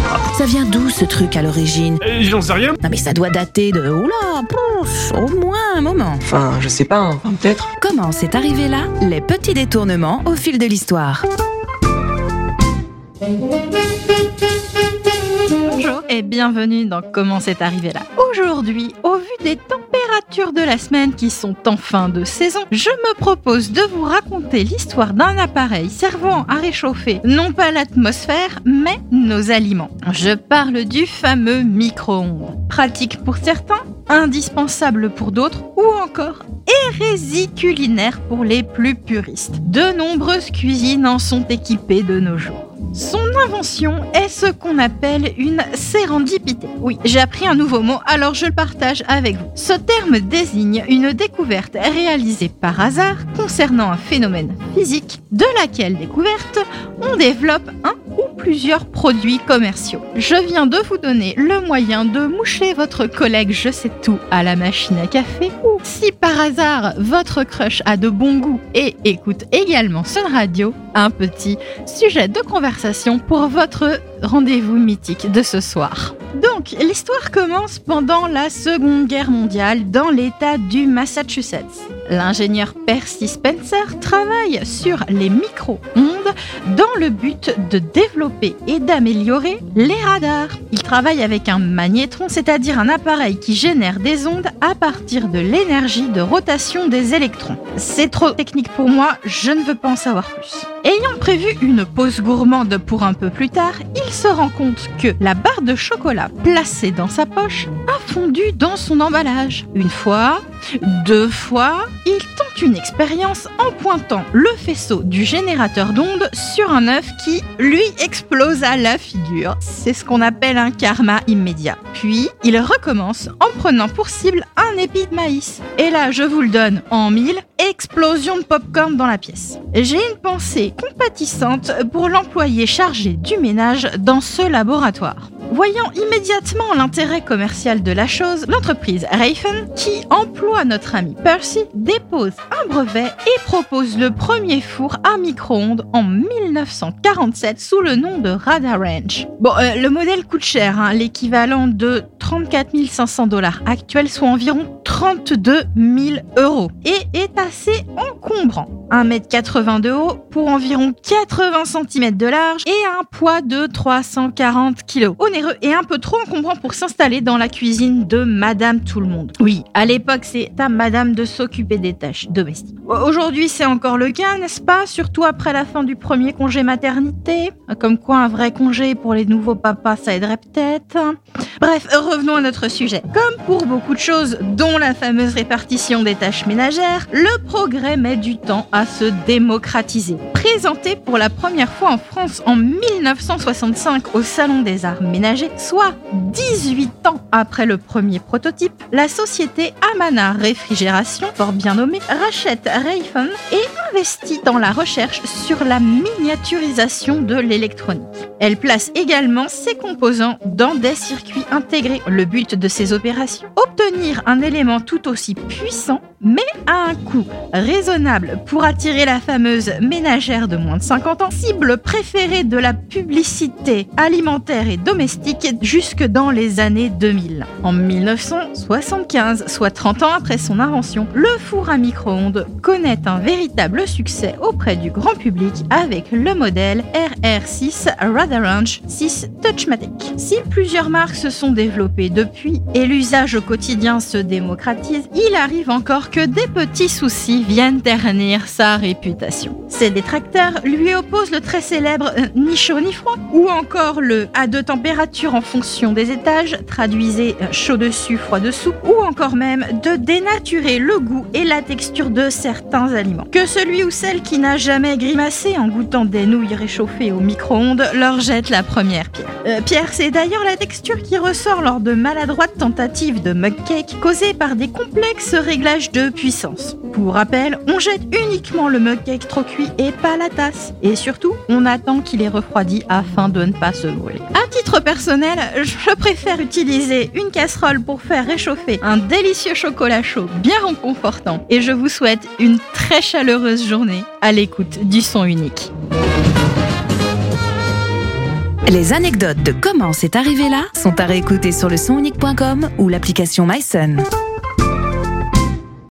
Ça vient d'où ce truc à l'origine ? J'en sais rien. Non mais ça doit dater de... Oula, pouf, au moins un moment. Enfin, je sais pas, peut-être. Comment c'est arrivé là ? Les petits détournements au fil de l'histoire. Bonjour et bienvenue dans Comment c'est arrivé là. Aujourd'hui, au vu des températures de la semaine qui sont en fin de saison, je me propose de vous raconter l'histoire d'un appareil servant à réchauffer non pas l'atmosphère, mais nos aliments. Je parle du fameux micro-ondes. Pratique pour certains, indispensable pour d'autres, ou encore hérésie culinaire pour les plus puristes. De nombreuses cuisines en sont équipées de nos jours. Son invention est ce qu'on appelle une sérendipité. Oui, j'ai appris un nouveau mot, alors je le partage avec vous. Ce terme désigne une découverte réalisée par hasard concernant un phénomène physique, de laquelle découverte on développe un ou plusieurs produits commerciaux. Je viens de vous donner le moyen de moucher votre collègue je sais tout à la machine à café, ou si par hasard votre crush a de bon goût et écoute également Sun Radio, un petit sujet de conversation pour votre rendez-vous mythique de ce soir. Donc, l'histoire commence pendant la Seconde Guerre mondiale dans l'État du Massachusetts. L'ingénieur Percy Spencer travaille sur les micro-ondes dans le but de développer et d'améliorer les radars. Il travaille avec un magnétron, c'est-à-dire un appareil qui génère des ondes à partir de l'énergie de rotation des électrons. C'est trop technique pour moi, je ne veux pas en savoir plus. Ayant prévu une pause gourmande pour un peu plus tard, il se rend compte que la barre de chocolat placée dans sa poche a fondu dans son emballage. Une fois, deux fois, il tente une expérience en pointant le faisceau du générateur d'ondes sur un œuf qui, lui, explose à la figure. C'est ce qu'on appelle un karma immédiat. Puis, il recommence en prenant pour cible un épi de maïs. Et là, je vous le donne en mille, explosion de popcorn dans la pièce. J'ai une pensée compatissante pour l'employé chargé du ménage dans ce laboratoire. Voyant immédiatement l'intérêt commercial de la chose, l'entreprise Raytheon, qui emploie notre ami Percy, dépose un brevet et propose le premier four à micro-ondes en 1947 sous le nom de Radarange. Bon, le modèle coûte cher, l'équivalent de 34 500 $ actuels, soit environ 32 000 €, et est assez encombrant. 1,80 m de haut pour environ 80 cm de large et un poids de 340 kg. Onéreux et un peu trop encombrant pour s'installer dans la cuisine de Madame Tout-le-Monde. Oui, à l'époque, c'est à Madame de s'occuper des tâches domestiques. Aujourd'hui, c'est encore le cas, n'est-ce pas ? Surtout après la fin du premier congé maternité. Comme quoi, un vrai congé pour les nouveaux papas, ça aiderait peut-être. Bref, revenons à notre sujet. Comme pour beaucoup de choses, dont la fameuse répartition des tâches ménagères, le progrès met du temps à se démocratiser. Présenté pour la première fois en France en 1965 au Salon des Arts Ménagers, soit 18 ans après le premier prototype, la société Amana Réfrigération, fort bien nommée, rachète Raytheon et investit dans la recherche sur la miniaturisation de l'électronique. Elle place également ses composants dans des circuits intégrés. Le but de ces opérations, obtenir un élément tout aussi puissant, mais à un coût raisonnable pour attirer la fameuse ménagère de moins de 50 ans, cible préférée de la publicité alimentaire et domestique jusque dans les années 2000. En 1975, soit 30 ans après son invention, le four à micro-ondes connaît un véritable succès auprès du grand public avec le modèle RR6 Radarange 6 Touchmatic. Si plusieurs marques se sont développées depuis et l'usage au quotidien se démocratise, il arrive encore que des petits soucis viennent ternir sa réputation. Ses détracteurs lui opposent le très célèbre ni chaud ni froid, ou encore le à deux températures en fonction des étages, traduisez chaud dessus, froid dessous, ou encore même de dénaturer le goût et la texture de certains aliments. Que celui ou celle qui n'a jamais grimacé en goûtant des nouilles réchauffées au micro-ondes leur jette la première pierre. Pierre, c'est d'ailleurs la texture qui ressort lors de maladroites tentatives de mug cake causées par des complexes réglages de puissance. Pour rappel, on jette uniquement le mug cake trop cuit et pas la tasse. Et surtout, on attend qu'il ait refroidi afin de ne pas se brûler. À titre personnel, je préfère utiliser une casserole pour faire réchauffer un délicieux chocolat chaud bien réconfortant. Et je vous souhaite une très chaleureuse journée à l'écoute du son unique. Les anecdotes de Comment c'est arrivé là sont à réécouter sur le sonunique.com ou l'application MySun.